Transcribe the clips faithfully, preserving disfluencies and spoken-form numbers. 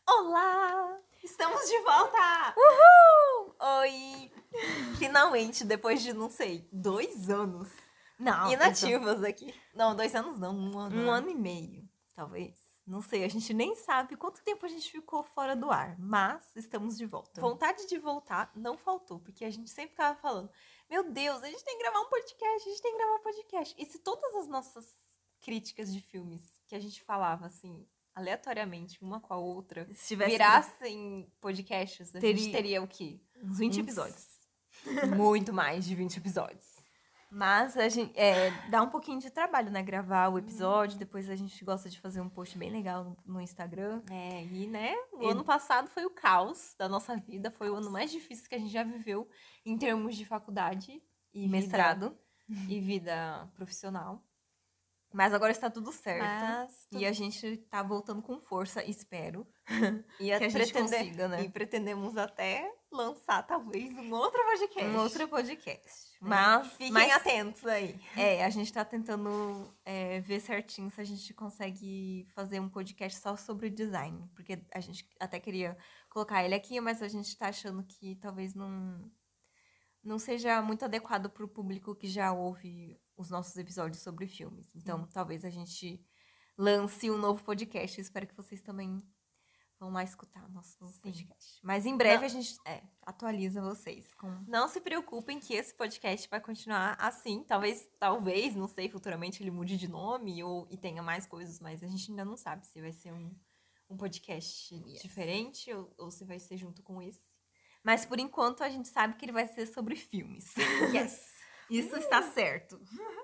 Olá! Estamos de volta! Uhul! Oi! Finalmente, depois de, não sei, dois anos Não, inativos aqui. Não, dois anos não, um ano. Um né? ano e meio, talvez. Não sei, a gente nem sabe quanto tempo a gente ficou fora do ar, mas estamos de volta. Vontade de voltar não faltou, porque a gente sempre ficava falando: Meu Deus, a gente tem que gravar um podcast, a gente tem que gravar um podcast. E se todas as nossas críticas de filmes que a gente falava assim, aleatoriamente, uma com a outra, Se tivesse virassem podcasts, a Teria- gente teria o quê? uns vinte Uns- episódios. Muito mais de vinte episódios. Mas a gente é, dá um pouquinho de trabalho, né? Gravar o episódio, depois a gente gosta de fazer um post bem legal no, no Instagram. É, e né, o E- ano passado foi o caos da nossa vida, foi o ano mais difícil que a gente já viveu em termos de faculdade e Mestrado. vida, e vida profissional. Mas agora está tudo certo. Mas E a gente tá voltando com força, espero. e que a gente pretender- consiga, né? E pretendemos até lançar talvez um outro podcast. Um outro podcast. Mas, Fiquem mas atentos aí. É, a gente tá tentando é, ver certinho se a gente consegue fazer um podcast só sobre design. Porque a gente até queria colocar ele aqui, mas a gente tá achando que talvez não, não seja muito adequado pro público que já ouve os nossos episódios sobre filmes. Então, talvez a gente lance um novo podcast. Eu espero que vocês também vão lá escutar nosso novo Sim. podcast. Mas em breve Não. a gente é, atualiza vocês com Não se preocupem que esse podcast vai continuar assim. Talvez, talvez, não sei, futuramente ele mude de nome ou e tenha mais coisas, mas a gente ainda não sabe se vai ser um, um podcast Yes. diferente ou, ou se vai ser junto com esse. Mas por enquanto a gente sabe que ele vai ser sobre filmes. Yes! Isso está certo.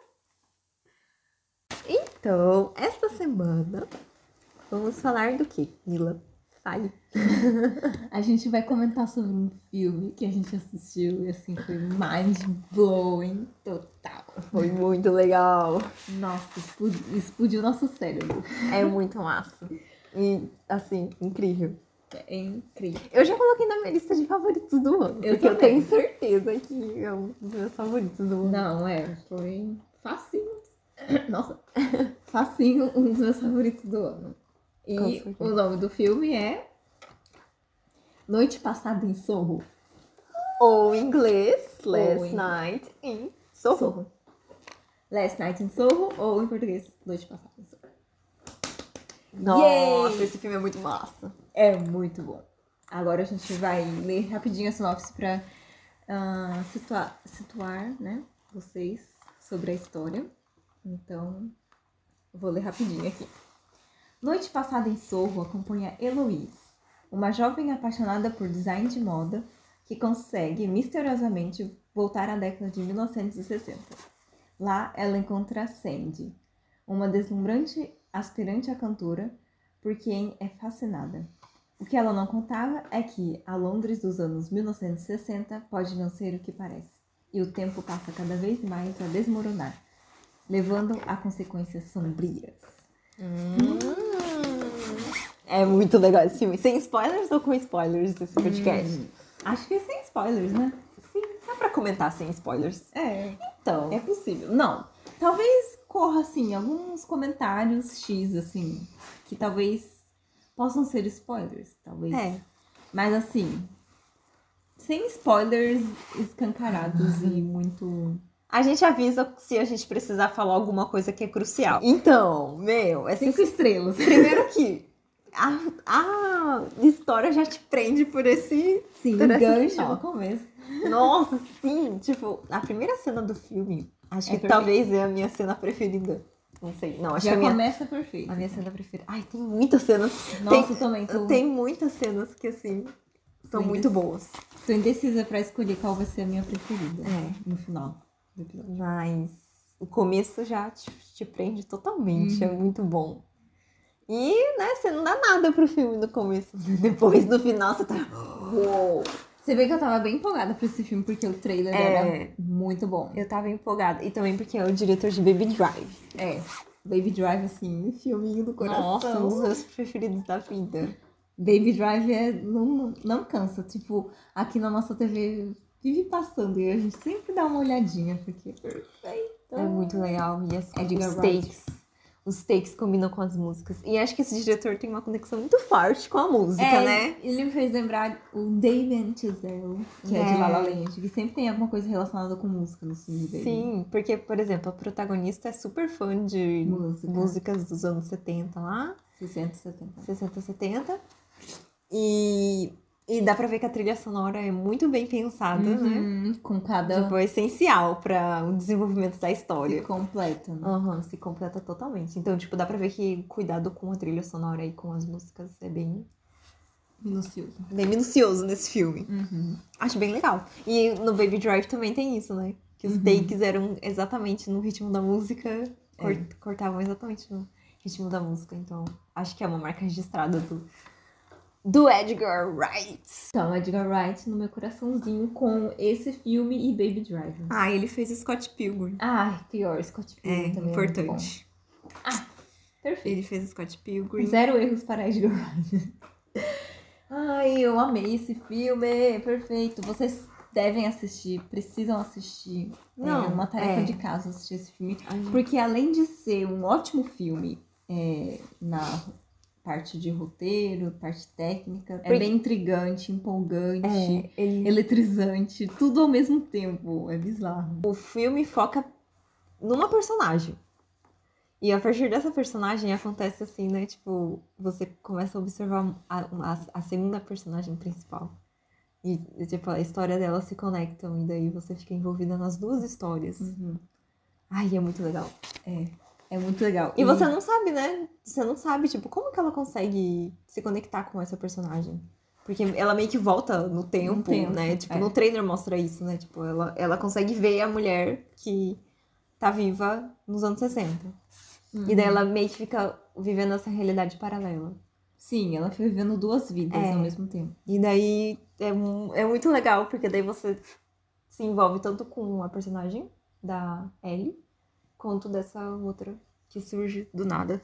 Então, esta semana, vamos falar do que, Mila? Fale. A gente vai comentar sobre um filme que a gente assistiu e assim foi mind-blowing total. Foi muito legal. Nossa, explodiu, explodiu nosso cérebro. É muito massa. E, assim, incrível. É incrível. Eu já coloquei na minha lista de favoritos do ano. Eu porque eu também. tenho certeza que é um dos meus favoritos do ano. Não, é, foi facinho. Nossa, facinho, um dos meus favoritos do ano. Com E certeza. o nome do filme é Noite Passada em Sorro. Ou em inglês, Last Ou em- Night in Soho. Last Night in Sorro, ou em português, Noite Passada em Sorro. Nossa, Yay! esse filme é muito massa. É muito bom. Agora a gente vai ler rapidinho a sinopse para situar, situar né, vocês sobre a história. Então, eu vou ler rapidinho aqui. Noite Passada em Sorro acompanha Heloise, uma jovem apaixonada por design de moda que consegue misteriosamente voltar à década de mil novecentos e sessenta. Lá ela encontra Sandy, uma deslumbrante aspirante a cantora por quem é fascinada. O que ela não contava é que a Londres dos anos mil novecentos e sessenta pode não ser o que parece, e o tempo passa cada vez mais a desmoronar, levando a consequências sombrias. É muito legal esse filme. Sem spoilers ou com spoilers desse podcast? Hum, acho que é sem spoilers, né? Sim, dá pra comentar sem spoilers. É, Então, é possível. Não, talvez corra, assim, alguns comentários X, assim, que talvez possam ser spoilers, talvez. é. Mas, assim, sem spoilers escancarados e muito... A gente avisa se a gente precisar falar alguma coisa que é crucial. Então, meu, essa Cinco estrelas. primeiro que a, a história já te prende por esse... Sim, por esse gancho sinal. no começo. Nossa, sim, tipo, a primeira cena do filme, acho É que perfeita. talvez é a minha cena preferida. Não sei, não, acho Já que a minha, começa perfeito. a minha cena preferida. Ai, tem muitas cenas. Nossa, eu também tô, Tem muitas cenas que, assim, são Sim, muito desse- boas. tô indecisa pra escolher qual vai ser a minha preferida É. no final do episódio. Mas o começo já te, te prende totalmente, é Uhum. muito bom. E, né, você não dá nada pro filme no começo. Depois, no final, você tá... Uou! Você vê que eu tava bem empolgada pra esse filme, porque o trailer É. era muito bom. Eu tava empolgada. E também porque é o diretor de Baby Drive. É, Baby Drive, assim, filminho do coração. Nossa, um dos meus preferidos da vida. Baby Drive é, não, não cansa. Tipo, aqui na nossa T V vive passando e a gente sempre dá uma olhadinha, porque é perfeito. É muito legal. E as, Edgar os Wright. takes. os takes combinam com as músicas. E acho que esse diretor tem uma conexão muito forte com a música, É, né? ele me fez lembrar o Damien Chazelle, que é, É. de La La Land, que sempre tem alguma coisa relacionada com música no filme dele. Sim, porque, por exemplo, a protagonista é super fã de Música. músicas dos anos setenta lá, sessenta, setenta. sessenta, setenta. E, e dá pra ver que a trilha sonora é muito bem pensada, né? Uhum, com cada... Tipo, é essencial para o desenvolvimento da história. se completa, né? Aham, se completa totalmente. Então, tipo, dá pra ver que o cuidado com a trilha sonora e com as músicas é bem, Minucioso. bem minucioso nesse filme. Uhum. Acho bem legal. E no Baby Drive também tem isso, né? Que os Uhum. takes eram exatamente no ritmo da música, cor- É. cortavam exatamente no ritmo da música. Então, acho que é uma marca registrada do, do Edgar Wright. Então, Edgar Wright no meu coraçãozinho com esse filme e Baby Driver. Ah, ele fez Scott Pilgrim. Ah, pior, Scott É, Pilgrim também importante. é muito bom. Perfeito. Ele fez Scott Pilgrim. Zero erros para Edgar Wright. Ai, eu amei esse filme. Perfeito. Vocês devem assistir, precisam assistir. Não, é uma tarefa é. de casa assistir esse filme. A gente- Porque além de ser um ótimo filme é, na parte de roteiro, parte técnica, é Porque- bem intrigante, empolgante, É, ele... eletrizante, tudo ao mesmo tempo. É bizarro. O filme foca numa personagem. E a partir dessa personagem acontece assim, né? Tipo, você começa a observar a, a, a segunda personagem principal. E, e, tipo, a história delas se conectam. E daí você fica envolvida nas duas histórias. Uhum. Ai, é muito legal. É, é muito legal. E você não sabe, né? Você não sabe, tipo, como que ela consegue se conectar com essa personagem. Porque ela meio que volta no tempo, tempo, né? Tipo, é. no trailer mostra isso, né? Tipo, ela, ela consegue ver a mulher que tá viva nos anos sessenta. E daí ela meio que fica vivendo essa realidade paralela. Sim, ela foi vivendo duas vidas É. ao mesmo tempo. E daí é, mu- é muito legal, porque daí você se envolve tanto com a personagem da Ellie, quanto dessa outra que surge do nada.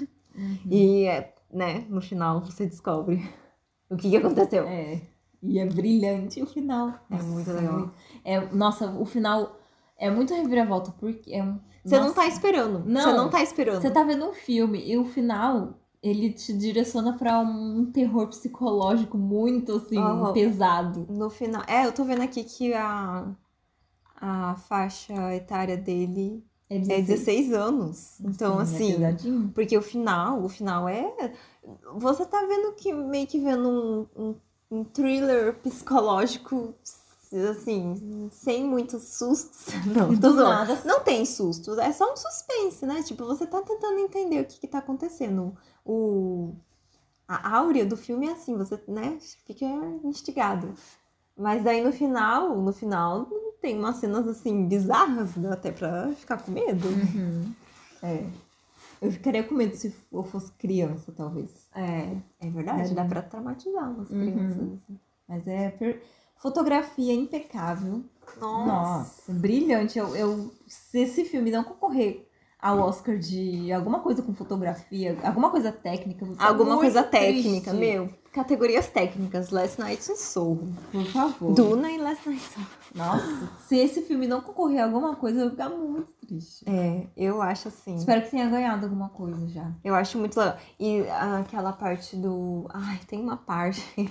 E, é, né, no final você descobre o que, que aconteceu. É. E é brilhante o final. É muito legal. É, nossa, o final é muito reviravolta, porque é um. Você não nossa, tá esperando. Não. Você não tá esperando. Você tá vendo um filme e o final ele te direciona pra um terror psicológico muito assim, Aham. pesado. No final. É, eu tô vendo aqui que a, a faixa etária dele É é dezesseis. dezesseis anos. Então, Sim, é assim. pesadinho. Porque o final, o final é. Você tá vendo que meio que vendo um, um, um thriller psicológico, assim, sem muitos sustos. Não, E tô do zoando. nada. Não tem sustos, é só um suspense, né? Tipo, você tá tentando entender o que que tá acontecendo. O... A áurea do filme é assim, você, né, fica instigado. Mas daí no final, no final, tem umas cenas, assim, bizarras, dá até pra ficar com medo. Uhum. É. Eu ficaria com medo se eu fosse criança, talvez. É, é verdade, É. dá pra traumatizar umas Uhum. crianças. assim. Mas é per- fotografia impecável. Nossa, brilhante. Eu, eu, se esse filme não concorrer ao Oscar de alguma coisa com fotografia, alguma coisa técnica, eu vou ficar Alguma muito coisa técnica, triste. meu. Categorias técnicas, Last Night in Soho. Por favor. Duna e Last Night in Soho. Nossa, se esse filme não concorrer a alguma coisa, eu vou ficar muito triste. É, eu acho assim. Espero que tenha ganhado alguma coisa já. Eu acho muito legal. E aquela parte do. Ai, tem uma parte.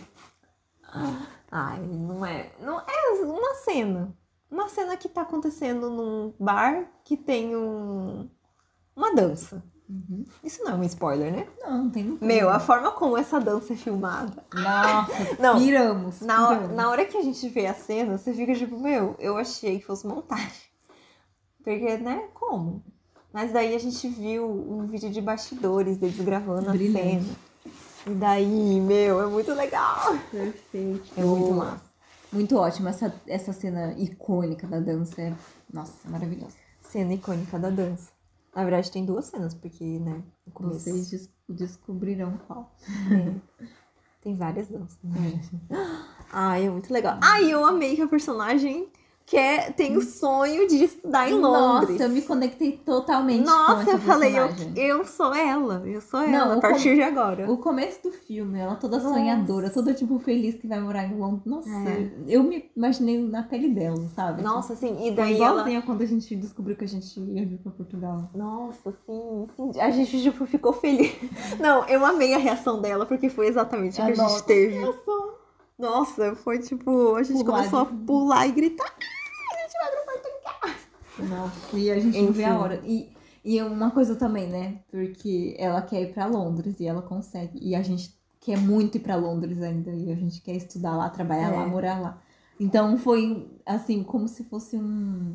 Ai, não é. Não é uma cena. Uma cena que tá acontecendo num bar que tem um. Uma dança. Uhum. Isso não é um spoiler, né? Não, não tem muito. Meu, a forma como essa dança é filmada. Nossa, Não, piramos. na hora, piramos. na hora que a gente vê a cena, você fica tipo, meu, eu achei que fosse montagem. Porque, né, como? Mas daí a gente viu um vídeo de bastidores deles gravando a Brilhante. cena. E daí, meu, é muito legal. Perfeito. É muito massa. Muito ótimo. Essa, essa cena icônica da dança é, nossa, maravilhosa. Cena icônica da dança. Na verdade, tem duas cenas, porque, né, no começo Vocês des- descobrirão qual. é, tem várias danças. Né? Ai, é muito legal. Ai, eu amei que a personagem quer, tem o sonho de estudar em Londres. Nossa, eu me conectei totalmente com Nossa, essa eu falei, eu, personagem. eu sou ela, eu sou Não, ela, a o partir com- de agora. O começo do filme, ela toda Nossa. sonhadora, toda tipo feliz que vai morar em Londres. Nossa, É. eu me imaginei na pele dela, sabe? Nossa, assim, e Foi daí ela... igualzinha quando a gente descobriu que a gente ia vir pra Portugal. Nossa, sim, sim, a gente tipo, ficou feliz. Não, eu amei a reação dela, porque foi exatamente o que Ah, a gente nossa, teve. Nossa, foi tipo, a gente Pular começou de- a pular e gritar. Nossa, e a gente não vê a Enfim. hora. E, e uma coisa também, né? Porque ela quer ir pra Londres e ela consegue. E a gente quer muito ir pra Londres ainda. E a gente quer estudar lá, trabalhar É. lá, morar lá. Então foi, assim, como se fosse um...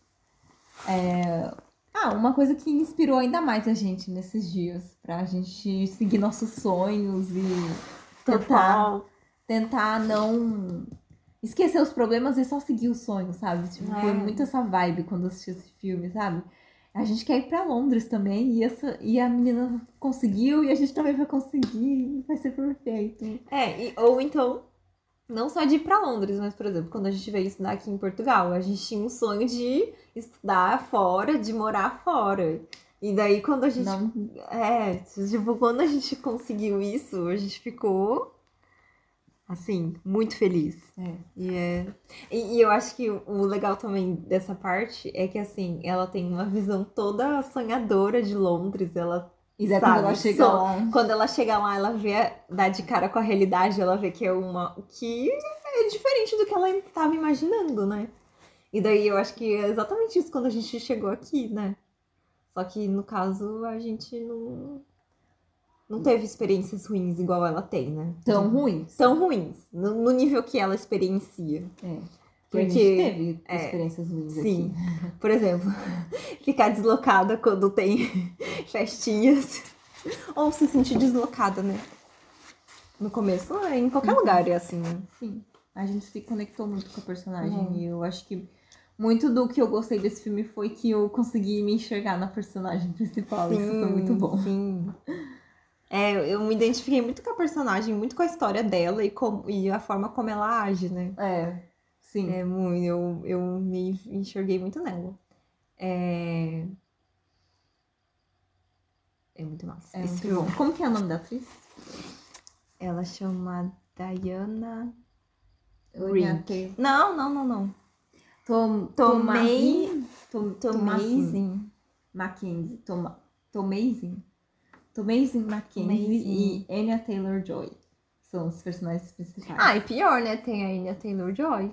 é, Ah, uma coisa que inspirou ainda mais a gente nesses dias. Pra gente seguir nossos sonhos e tentar, Total. tentar não esquecer os problemas e só seguir o sonho, sabe? Tipo, É. foi muito essa vibe quando eu assisti esse filme, sabe? A gente quer ir pra Londres também e, essa, e a menina conseguiu e a gente também vai conseguir. Vai ser perfeito. É, e- ou então, não só de ir pra Londres, mas, por exemplo, quando a gente veio estudar aqui em Portugal, a gente tinha um sonho de estudar fora, de morar fora. E daí, quando a gente. Não, É, tipo, quando a gente conseguiu isso, a gente ficou, assim, muito feliz. é. E, é... e, e eu acho que o legal também dessa parte é que, assim, ela tem uma visão toda sonhadora de Londres. Ela, E daí Sabe, quando ela chega só- lá. quando ela chega lá, ela vê, dá de cara com a realidade, ela vê que é uma. Que é diferente do que ela estava imaginando, né? E daí eu acho que é exatamente isso quando a gente chegou aqui, né? Só que no caso a gente não. Não teve experiências ruins igual ela tem, né? Tão ruins. Tão ruins. No, no nível que ela experiencia. É. Porque a gente Porque- teve é, experiências ruins Sim. aqui. Por exemplo, ficar deslocada quando tem festinhas. Ou se sentir deslocada, né? No começo, é, em qualquer lugar é assim, né? Sim. A gente se conectou muito com a personagem. É. E eu acho que muito do que eu gostei desse filme foi que eu consegui me enxergar na personagem principal. Isso foi muito bom. Sim. É, eu me identifiquei muito com a personagem, muito com a história dela e, com, e a forma como ela age, né? É. Sim. É muito, eu, eu me enxerguei muito nela. É. É muito massa. É Esse muito filme. bom. Como que é o nome da atriz? Ela chama Diana. Anya Rigg. Taylor- Não, não, não, não. Tom, Tomei- Tomazin? Tom, Tomazin. Tomazin. Mackenzie. Toma, Tomazin. Tomazin Mackenzie Tomazin. e Anya Taylor-Joy. São os personagens principais. Ah, e pior, né? Tem a Anya Taylor-Joy.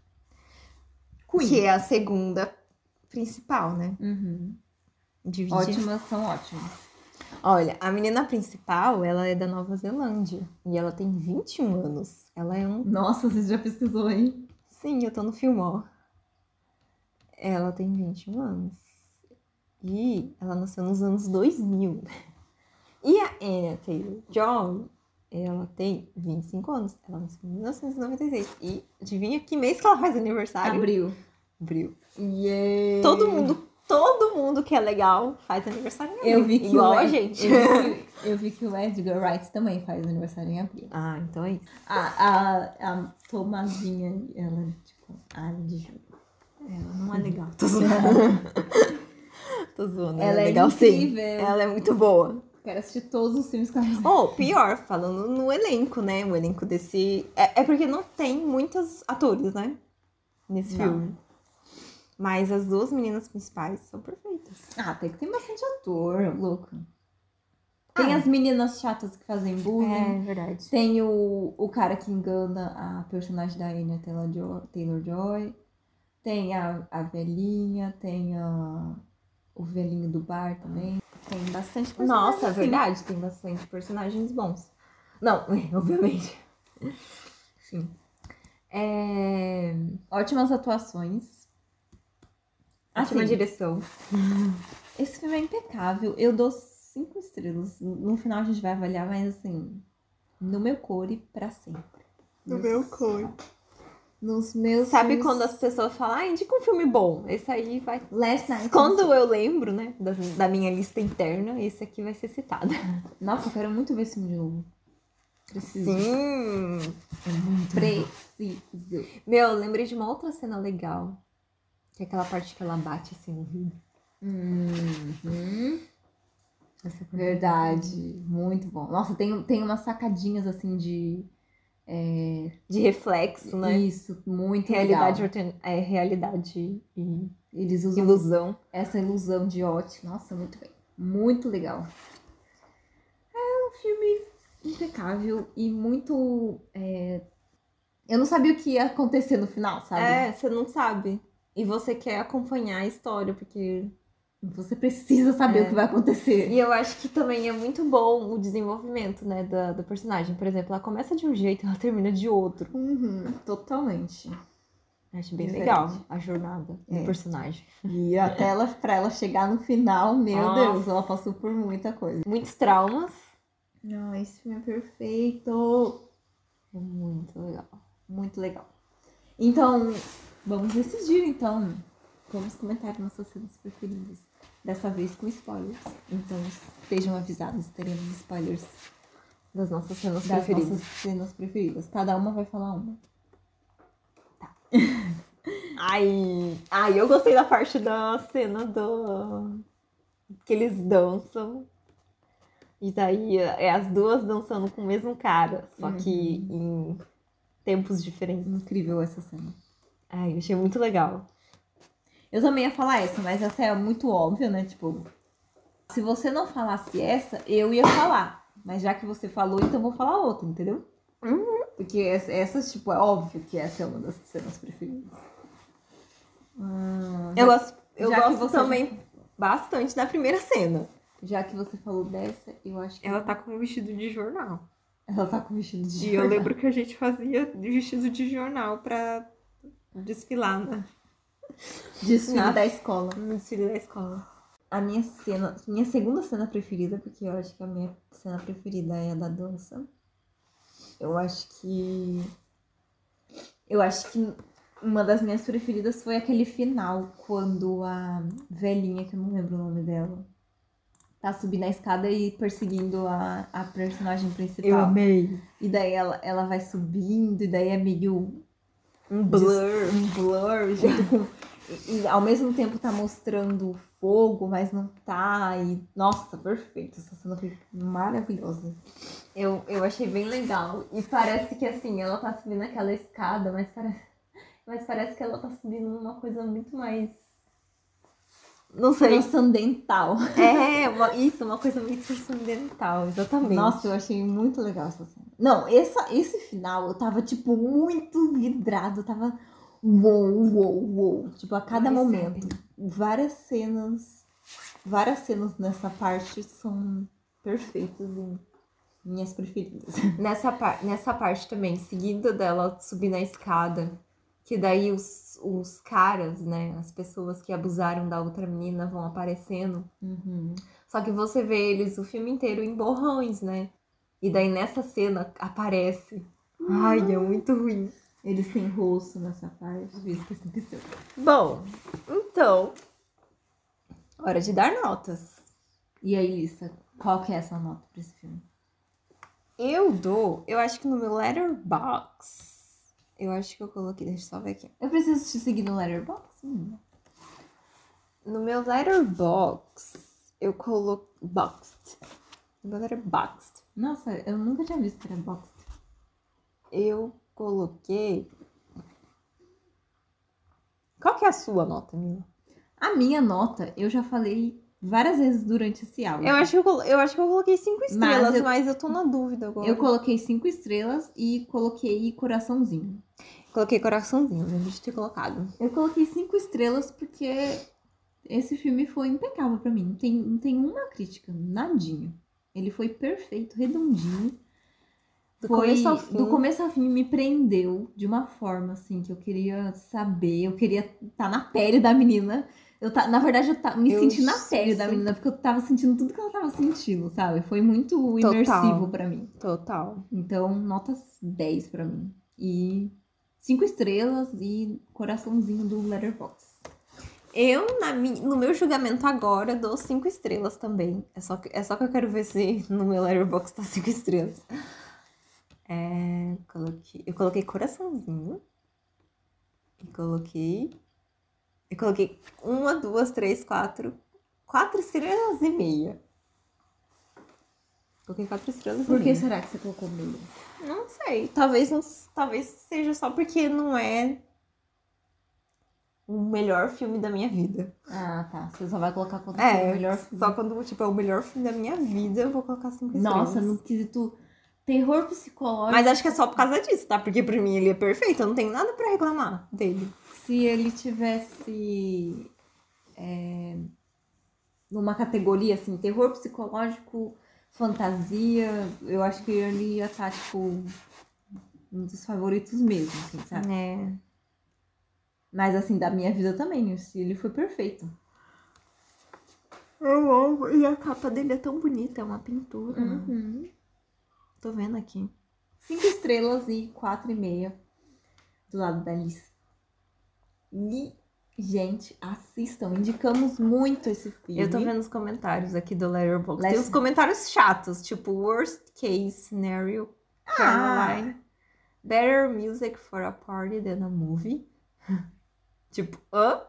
Queen. Que é a segunda principal, né? Uhum. Dividida. Ótimas, são ótimas. Olha, a menina principal, ela é da Nova Zelândia. E ela tem vinte e um anos. Ela é um... Nossa, você já pesquisou aí? Sim, eu tô no filme, ó. Ela tem vinte e um anos. E ela nasceu nos anos dois mil. E a Anya Taylor-Joy, ela tem vinte e cinco anos. Ela nasceu em mil novecentos e noventa e seis. E adivinha que mês que ela faz aniversário? Abril. Abril. Yeah. Todo mundo, todo mundo que é legal faz aniversário em abril. Eu vi que Igual o a Ed- gente. Eu vi, que, eu vi que o Edgar Wright também faz aniversário em abril. Ah, então é isso. A, a, a Tomazinha, ela, tipo, ah, de julho. Ela não é legal. Tô zoando. Tô zoando. Ela é legal incrível. sim. Ela é muito boa. Quero assistir todos os filmes que ela faz. Ou, pior, falando no elenco, né? O elenco desse... É, é porque não tem muitos atores, né? Nesse Não. filme. Mas as duas meninas principais são perfeitas. Ah, tem que ter bastante ator, louco. Tem Ah. as meninas chatas que fazem bullying. verdade. Tem o, o cara que engana a personagem da Anya Taylor-Joy. Taylor-Joy. Tem a, a velhinha, tem a, o velhinho do bar também. Tem bastante personagem. Nossa, é assim. verdade. Tem bastante personagens bons. Não, obviamente. Sim. É... Ótimas atuações. Ótima Assim, direção. esse filme é impecável. Eu dou cinco estrelas. No final a gente vai avaliar, mas assim, no meu core pra sempre. Nos- cor. Nos meus Sabe filmes- quando as pessoas falam, ah, indica um filme bom. Esse aí vai... Last Night. Quando eu lembro, né, da, da minha lista interna, esse aqui vai ser citado. Nossa, eu quero muito ver esse filme de novo. Preciso. Sim. Preciso. Meu, eu lembrei de uma outra cena legal. Que é aquela parte que ela bate assim no vidro. Uhum. Essa parte. Verdade. Muito bom. Nossa, tem, tem umas sacadinhas assim de. é, De reflexo, né? Isso, muito Realidade, legal. altern- é, realidade e Eles usam ilusão. essa ilusão de ótica. Nossa, muito bem. Muito legal. É um filme impecável e muito. é, Eu não sabia o que ia acontecer no final, sabe? É, você não sabe. E você quer acompanhar a história, porque. Você precisa saber É. o que vai acontecer. E eu acho que também é muito bom o desenvolvimento, né, da, do personagem. Por exemplo, ela começa de um jeito e ela termina de outro. Uhum, totalmente. Acho bem Diferente. legal a jornada do É. personagem. E até ela, pra ela chegar no final, meu Nossa. Deus, ela passou por muita coisa. Muitos traumas. Ah, esse filme é perfeito. É muito legal. Muito legal. Então, vamos decidir, então. Vamos comentar nossas cenas preferidas. Dessa vez com spoilers. Então, estejam avisados, teremos spoilers Das nossas cenas das preferidas. nossas cenas preferidas. Cada uma vai falar uma. Ai, ai, eu gostei da parte da cena do que eles dançam. E daí é as duas dançando com o mesmo cara, só que em tempos diferentes. Incrível essa cena. Ai, eu achei muito legal. Eu também ia falar essa, mas essa é muito óbvia, né? Tipo, se você não falasse essa, eu ia falar. Mas já que você falou, então eu vou falar outra, entendeu? Uhum. Porque essa, essa, tipo, é óbvio que essa é uma das cenas preferidas. Hum, Eu gosto, eu já que gosto você- também bastante da primeira cena. já que você falou dessa, eu acho que Ela tá com um vestido de jornal. ela tá com vestido de E eu jornal. lembro que a gente fazia de vestido de jornal pra desfilar né? Desfile Na- da escola. no desfile da escola. A minha cena, minha segunda cena preferida, porque eu acho que a minha cena preferida é a da dança. Eu acho que. Eu acho que uma das minhas preferidas foi aquele final, quando a velhinha, que eu não lembro o nome dela, tá subindo a escada e perseguindo a, a personagem principal. Eu amei. E daí ela, ela vai subindo, e daí é meio Um blur. um blur, junto com. E, e ao mesmo tempo tá mostrando fogo, mas não tá. E, nossa, perfeito. Essa cena foi maravilhosa. Eu, eu achei bem legal. E parece que assim, ela tá subindo aquela escada, mas parece, mas parece que ela tá subindo numa coisa muito mais. Não sei. Transcendental. É, uma- isso, uma coisa muito transcendental, exatamente. Nossa, eu achei muito legal essa cena. Não, essa, esse final eu tava, tipo, muito vidrado. Eu tava uou, uou, uou. Tipo, a cada Ai, momento. sabe? Várias cenas. Várias cenas nessa parte são perfeitas e minhas preferidas. Nessa, par nessa parte também, seguida dela subir na escada, que daí os, os caras, né, as pessoas que abusaram da outra menina vão aparecendo. Uhum. Só que você vê eles o filme inteiro em borrões, né? E daí nessa cena aparece. Ai, é muito ruim. Eles têm rosto nessa parte. Eu esqueci de ser. Bom, então. Hora de dar notas. E aí, Lissa, qual que é essa nota pra esse filme? Eu dou, eu acho que no meu Letterboxd. Eu acho que eu coloquei, deixa eu só ver aqui. Eu preciso te seguir no Letterboxd? Hum. No meu Letterboxd, eu coloquei. Boxed. No meu Letterboxd, Nossa, eu nunca tinha visto Letterboxd. eu coloquei. Qual que é a sua nota, Mila? A minha nota, eu já falei várias vezes durante esse áudio. Eu acho que eu, colo- eu, acho que eu coloquei cinco estrelas, eu- mas eu tô na dúvida agora. Eu coloquei cinco estrelas e coloquei coraçãozinho. Coloquei coraçãozinho, lembro de ter colocado. Eu coloquei cinco estrelas porque esse filme foi impecável pra mim. Não tem, não tem uma crítica, nadinha. Ele foi perfeito, redondinho. Do Foi, começo ao fim. do começo ao fim me prendeu de uma forma assim que eu queria saber, eu queria estar na pele da menina. Eu tá, na verdade, eu tá, me Eu senti na sei, pele da sim. menina porque eu tava sentindo tudo que ela tava sentindo, sabe? Foi muito imersivo pra mim. Total. Então, notas dez pra mim. E cinco estrelas e coraçãozinho do Letterboxd. Eu, na mi- no meu julgamento agora, dou cinco estrelas também. É só que, é só que eu quero ver se no meu Letterboxd tá cinco estrelas. É, coloquei, eu coloquei coraçãozinho. E coloquei Eu coloquei uma, duas, três, quatro. Quatro estrelas e meia. Coloquei quatro estrelas Por e que meia. será que você colocou meio? Não sei. Talvez, não, talvez seja só porque não é o melhor filme da minha vida. Ah, tá. Você só vai colocar quando for É, o melhor filme. só quando tipo, é o melhor filme da minha vida, eu vou colocar cinco Nossa, estrelas. no quesito terror psicológico. Mas acho que é só por causa disso, tá? Porque pra mim ele é perfeito, eu não tenho nada pra reclamar dele. Se ele tivesse é, numa categoria assim, terror psicológico, fantasia, eu acho que ele ia estar, tipo, um dos favoritos mesmo, assim, sabe? É. Mas assim, da minha vida também, ele foi perfeito. Eu amo. E a capa dele é tão bonita, é uma pintura. Uhum. Tô vendo aqui. Cinco estrelas e quatro e meia do lado da Alice. E, gente, assistam. Indicamos muito esse filme. Eu tô vendo os comentários aqui do Letterboxd. Tem Let's- uns comentários chatos, tipo, worst case scenario, Caroline, better music for a party than a movie. Tipo, hã?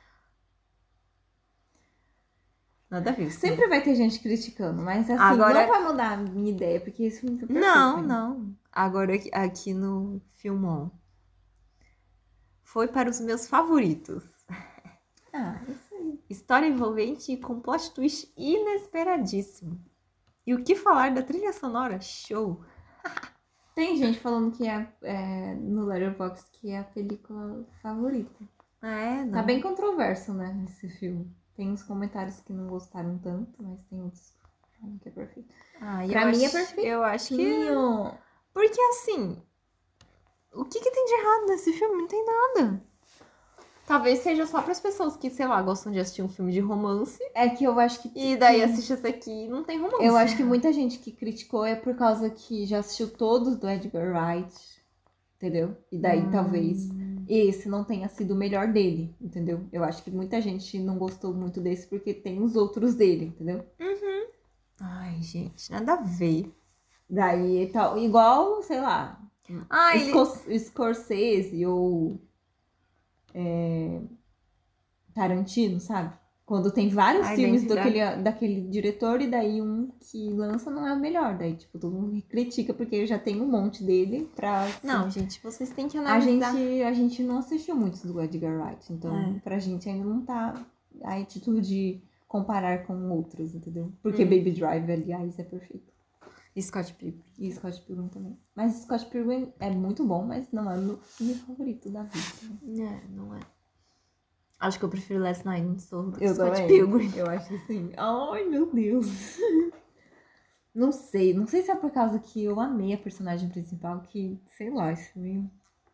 Nada a ver. Sempre vai ter gente criticando, mas assim, Agora- não vai mudar a minha ideia, porque esse filme foi perfeito. Não, né? não. Agora aqui- aqui no Filmon. Foi para os meus favoritos. Ah, isso aí. História envolvente e com plot twist inesperadíssimo. E o que falar da trilha sonora? Show! Tem gente falando que é, é no Letterboxd que é a película favorita. É, não. Tá bem controverso, né, esse filme. Tem uns comentários que não gostaram tanto, mas tem outros que falam que é perfeito. Ah, Pra eu mim é acho- perfeitinho. Eu acho que... Porque assim... O que, que tem de errado nesse filme? Não tem nada. Talvez seja só para as pessoas que, sei lá, gostam de assistir um filme de romance. É que eu acho que... E daí que- assiste esse aqui e não tem romance. Eu acho que muita gente que criticou é por causa que já assistiu todos do Edgar Wright, entendeu? E daí Hum. talvez esse não tenha sido o melhor dele, entendeu? Eu acho que muita gente não gostou muito desse porque tem os outros dele, entendeu? Ai, gente, nada a ver. Daí tal, igual, sei lá, Ah, ele... Sco- Scorsese ou é, Tarantino, sabe? Quando tem vários Ai, filmes nem daquele, daquele diretor e daí um que lança não é o melhor. Daí, tipo, todo mundo critica porque já tem um monte dele pra... Não, gente, vocês têm que A analisar. gente, a gente não assistiu muitos do Edgar Wright, então É. pra gente ainda não tá a título de comparar com outros, entendeu? Porque Hum. Baby Driver, aliás, é perfeito. Scott Pilgrim. E Scott Pilgrim também. Mas Scott Pilgrim é muito bom, mas não é o meu filme favorito da vida. né? É, não é. Acho que eu prefiro Last Night in Soho do que Eu Scott também. Pilgrim. Eu acho que sim. Ai, meu Deus. Não sei. Não sei se é por causa que eu amei a personagem principal, que, sei lá, esse filme...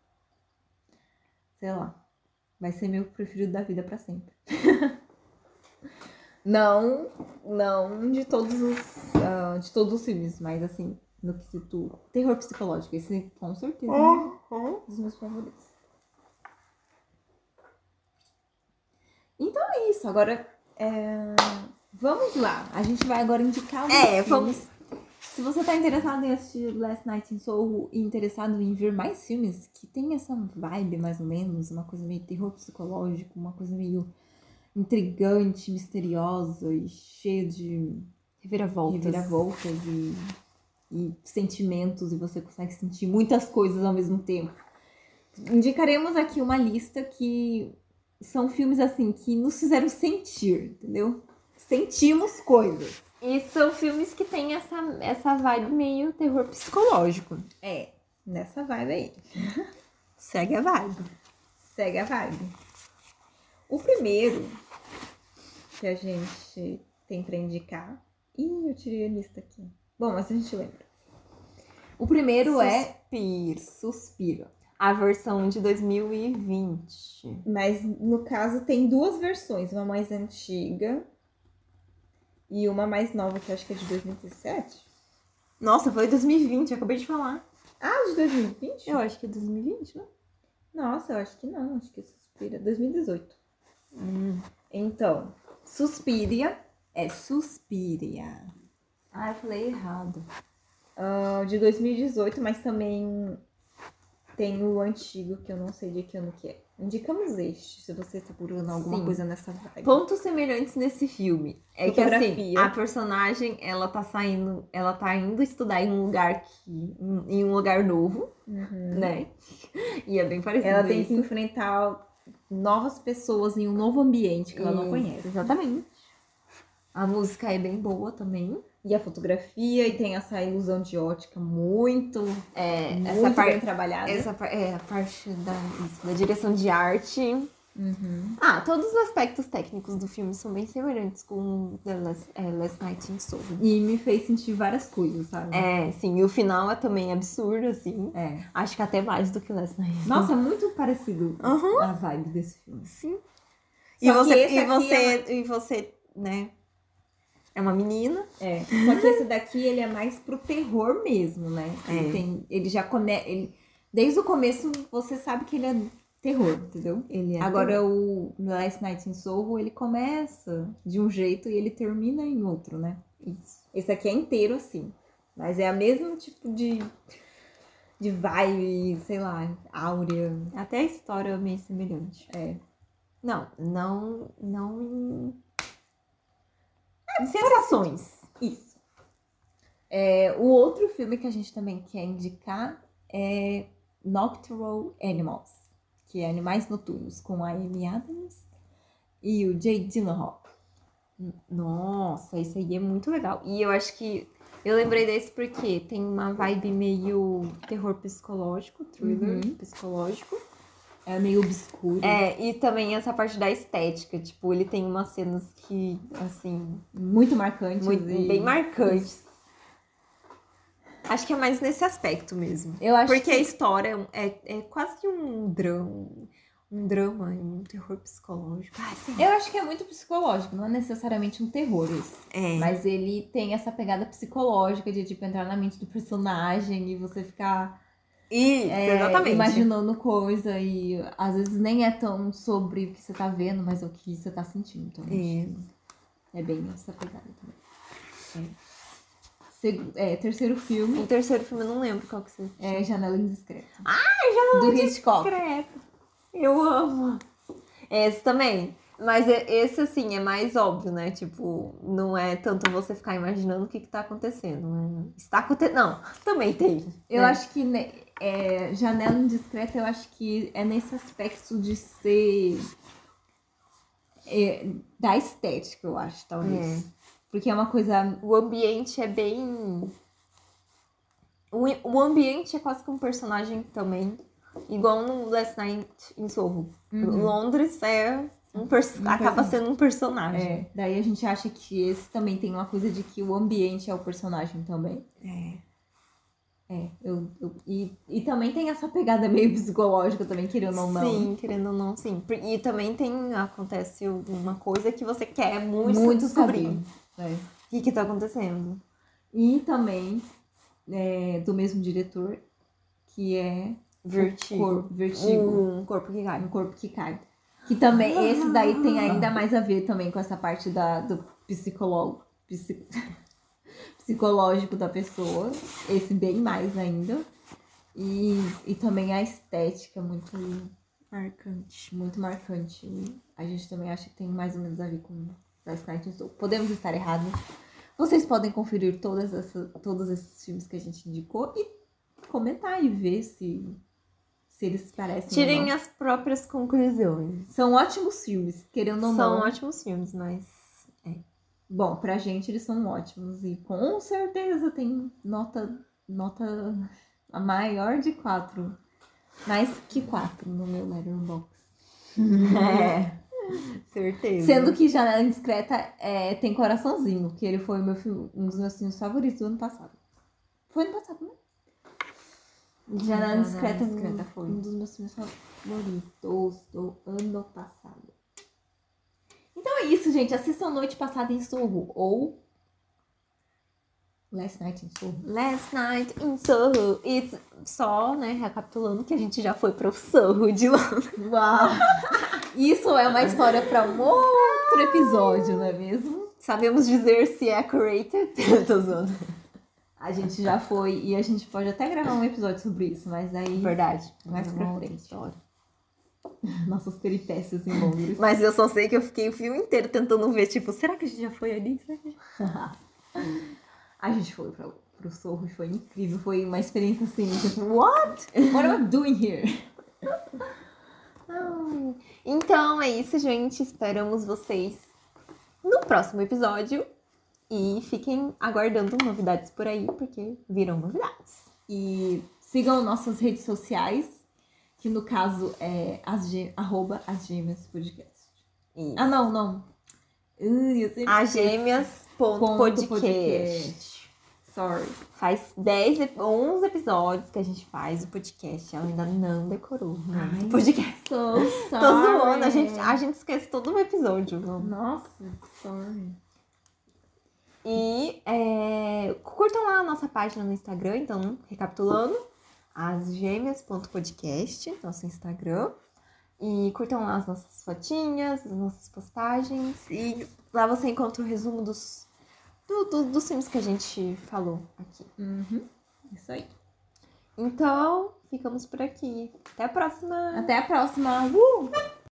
Sei lá. Vai ser meu preferido da vida pra sempre. Não, não de todos os, ah, de todos os filmes, mas assim, no quesito terror psicológico. Esse com certeza é um dos meus favoritos. Então é isso. Agora, é, vamos lá. A gente vai agora indicar os É, filmes. Se você tá interessado em assistir Last Night in Soho e interessado em ver mais filmes que tem essa vibe, mais ou menos, uma coisa meio terror psicológico, uma coisa meio intrigante, misteriosa e cheia de Reviravoltas. reviravoltas e, e sentimentos, e você consegue sentir muitas coisas ao mesmo tempo. Indicaremos aqui uma lista que são filmes assim que nos fizeram sentir, entendeu? Sentimos coisas. E são filmes que têm essa, essa vibe meio terror psicológico. É, nessa vibe aí. Segue a vibe. Segue a vibe. O primeiro que a gente tem pra indicar. Ih, eu tirei a lista aqui. Bom, mas a gente lembra. O primeiro é Suspiro. Suspiro. A versão de dois mil e vinte. Mas no caso tem duas versões, uma mais antiga e uma mais nova, que eu acho que é de dois mil e dezessete. Nossa, foi dois mil e vinte, eu acabei de falar. Ah, de dois mil e vinte? Eu acho que é dois mil e vinte, né? Nossa, eu acho que não, acho que Suspira é dois mil e dezoito. Hum. Então, Suspiria é Suspiria. Ah, eu falei errado. Ah, de dois mil e dezoito, mas também tem o antigo, que eu não sei de que ano que é. Indicamos este, se você tá procurando alguma Sim. coisa nessa vibe. Pontos semelhantes nesse filme. É que assim, Fotografia. a personagem, ela tá saindo, ela tá indo estudar em um lugar que, em um lugar novo, Uhum. né? E é bem parecido Ela tem isso. que enfrentar novas pessoas em um novo ambiente que ela não Isso, conhece. Exatamente. A música é bem boa também. E a fotografia, e tem essa ilusão de ótica muito, É, muito essa, par- bem trabalhada. essa par- é a parte da, isso, da direção de arte. Uhum. Ah, todos os aspectos técnicos do filme são bem semelhantes com The Last, é, Last Night in Soho. E me fez sentir várias coisas, sabe? É, sim, e o final é também absurdo, assim. É. Acho que até mais do que Last Night in Soho. Nossa, é muito parecido Uhum. a vibe desse filme. Sim. Só E que você, esse e, aqui você, é e você, né, é uma menina. É, só que esse daqui, ele é mais pro terror mesmo, né? Ele, É. tem, ele já começa... Ele, desde o começo, você sabe que ele é terror, entendeu? Ele é Agora, o Last Night in Soho, ele começa de um jeito e ele termina em outro, né? Isso. Esse aqui é inteiro assim. Mas é o mesmo tipo de, de vibe, sei lá, áurea. Até a história é meio semelhante. É. Não, não, não em... em sensações. Isso. É, o outro filme que a gente também quer indicar é Nocturnal Animals, que é Animais Noturnos, com a Amy Adams e o Jake Gyllenhaal. Nossa, isso aí é muito legal. E eu acho que eu lembrei desse porque tem uma vibe meio terror psicológico, thriller Uhum. psicológico. É meio obscuro. É, e também essa parte da estética. Tipo, ele tem umas cenas que, assim, Muito marcante. muito, bem marcantes. Acho que é mais nesse aspecto mesmo. Eu acho Porque que... a história é, é quase um drama. Um drama e um terror psicológico. Ah, sim. Eu acho que é muito psicológico, não é necessariamente um terror isso. É. Mas ele tem essa pegada psicológica de, tipo, entrar na mente do personagem e você ficar Isso, é, exatamente. imaginando coisa e às vezes nem é tão sobre o que você tá vendo, mas o que você tá sentindo também. É, é bem essa pegada também. É. Segu- é, terceiro filme O terceiro filme eu não lembro qual que você é Janela Indiscreta. Ai, Janela do Hitchcock. Indiscreta. Eu amo. Esse também. Mas é- esse, assim, é mais óbvio, né? Tipo, não é tanto você ficar imaginando o que, que tá acontecendo. né? Está acontecendo. Não, também tem. Eu né? acho que né, é, Janela Indiscreta, eu acho que é nesse aspecto de ser é, da estética, eu acho, talvez. É. Porque é uma coisa. O ambiente é bem. O, o ambiente é quase que um personagem também. Igual no Last Night in Soho. Uhum. Londres é um perso- Um acaba personagem. sendo um personagem. É, daí a gente acha que esse também tem uma coisa de que o ambiente é o personagem também. É. É, eu, eu- e, e também tem essa pegada meio psicológica também, querendo ou não. Sim, querendo ou não, sim. Por- E também tem, acontece uma coisa que você quer muito, Muito descobrir. saber. É. O que que tá acontecendo? E também é, do mesmo diretor, que é Vertigo. Cor, Vertigo. Um corpo que cai. Um corpo que cai. Que também, esse daí tem ainda mais a ver também com essa parte da, do psicólogo, psi- psicológico da pessoa. Esse bem mais ainda. E, e também a estética muito marcante. Muito marcante. E a gente também acha que tem mais ou menos a ver com Last Night in Soho. Podemos estar errados. Vocês podem conferir todas essa, todos esses filmes que a gente indicou e comentar e ver se, se eles parecem ou Tirem não. as próprias conclusões. São ótimos filmes, querendo ou São não. ótimos filmes, mas. Bom, pra gente eles são ótimos. E com certeza tem nota, nota a maior de quatro. Mais que quatro no meu Letterboxd. É. Certeza. Sendo que Janela Indiscreta é, tem coraçãozinho, que ele foi o meu filme, um dos meus filmes favoritos do ano passado. Foi ano passado, né? Janela Janela Indiscreta, Indiscreta foi foi. um dos meus filmes favoritos do ano passado. Então é isso, gente. Assistam Noite Passada em Soho ou Last Night in Soho. Last Night in Soho. E só, né, recapitulando que a gente já foi pro Soho de Londres. Uau! Isso é uma história para um outro episódio, não é mesmo? Sabemos dizer se é accurate. Tô zoando. A gente já foi e a gente pode até gravar um episódio sobre isso, mas aí Verdade. mais Uma pra outra frente. história. Nossas peripécias em Londres. Mas eu só sei que eu fiquei o filme inteiro tentando ver, tipo, será que a gente já foi ali? Será que... A gente foi pra, pro Sorro e foi incrível. Foi uma experiência assim, tipo, what? What am I doing here? Ai. Então é isso, gente. Esperamos vocês no próximo episódio. E fiquem aguardando novidades por aí, porque virão novidades. E sigam nossas redes sociais, que no caso é as gê- arroba as gêmeas podcast. Isso. Ah, não, não. Ui, eu sempre A esqueço. gêmeas ponto Ponto podcast. podcast. Sorry. Faz dez, ep- onze episódios que a gente faz o podcast. Ela ainda não decorou. Né? Ai, O podcast. So sorry. Tô zoando, a gente, a gente esquece todo o episódio. Não? Nossa, sorry. E é, curtam lá a nossa página no Instagram, então, recapitulando, asgêmeas ponto podcast, nosso Instagram. E curtam lá as nossas fotinhas, as nossas postagens. E lá você encontra o resumo dos, do- do- dos filmes que a gente falou aqui. Uhum. Isso aí. Então, ficamos por aqui. Até a próxima! Até a próxima. Uh!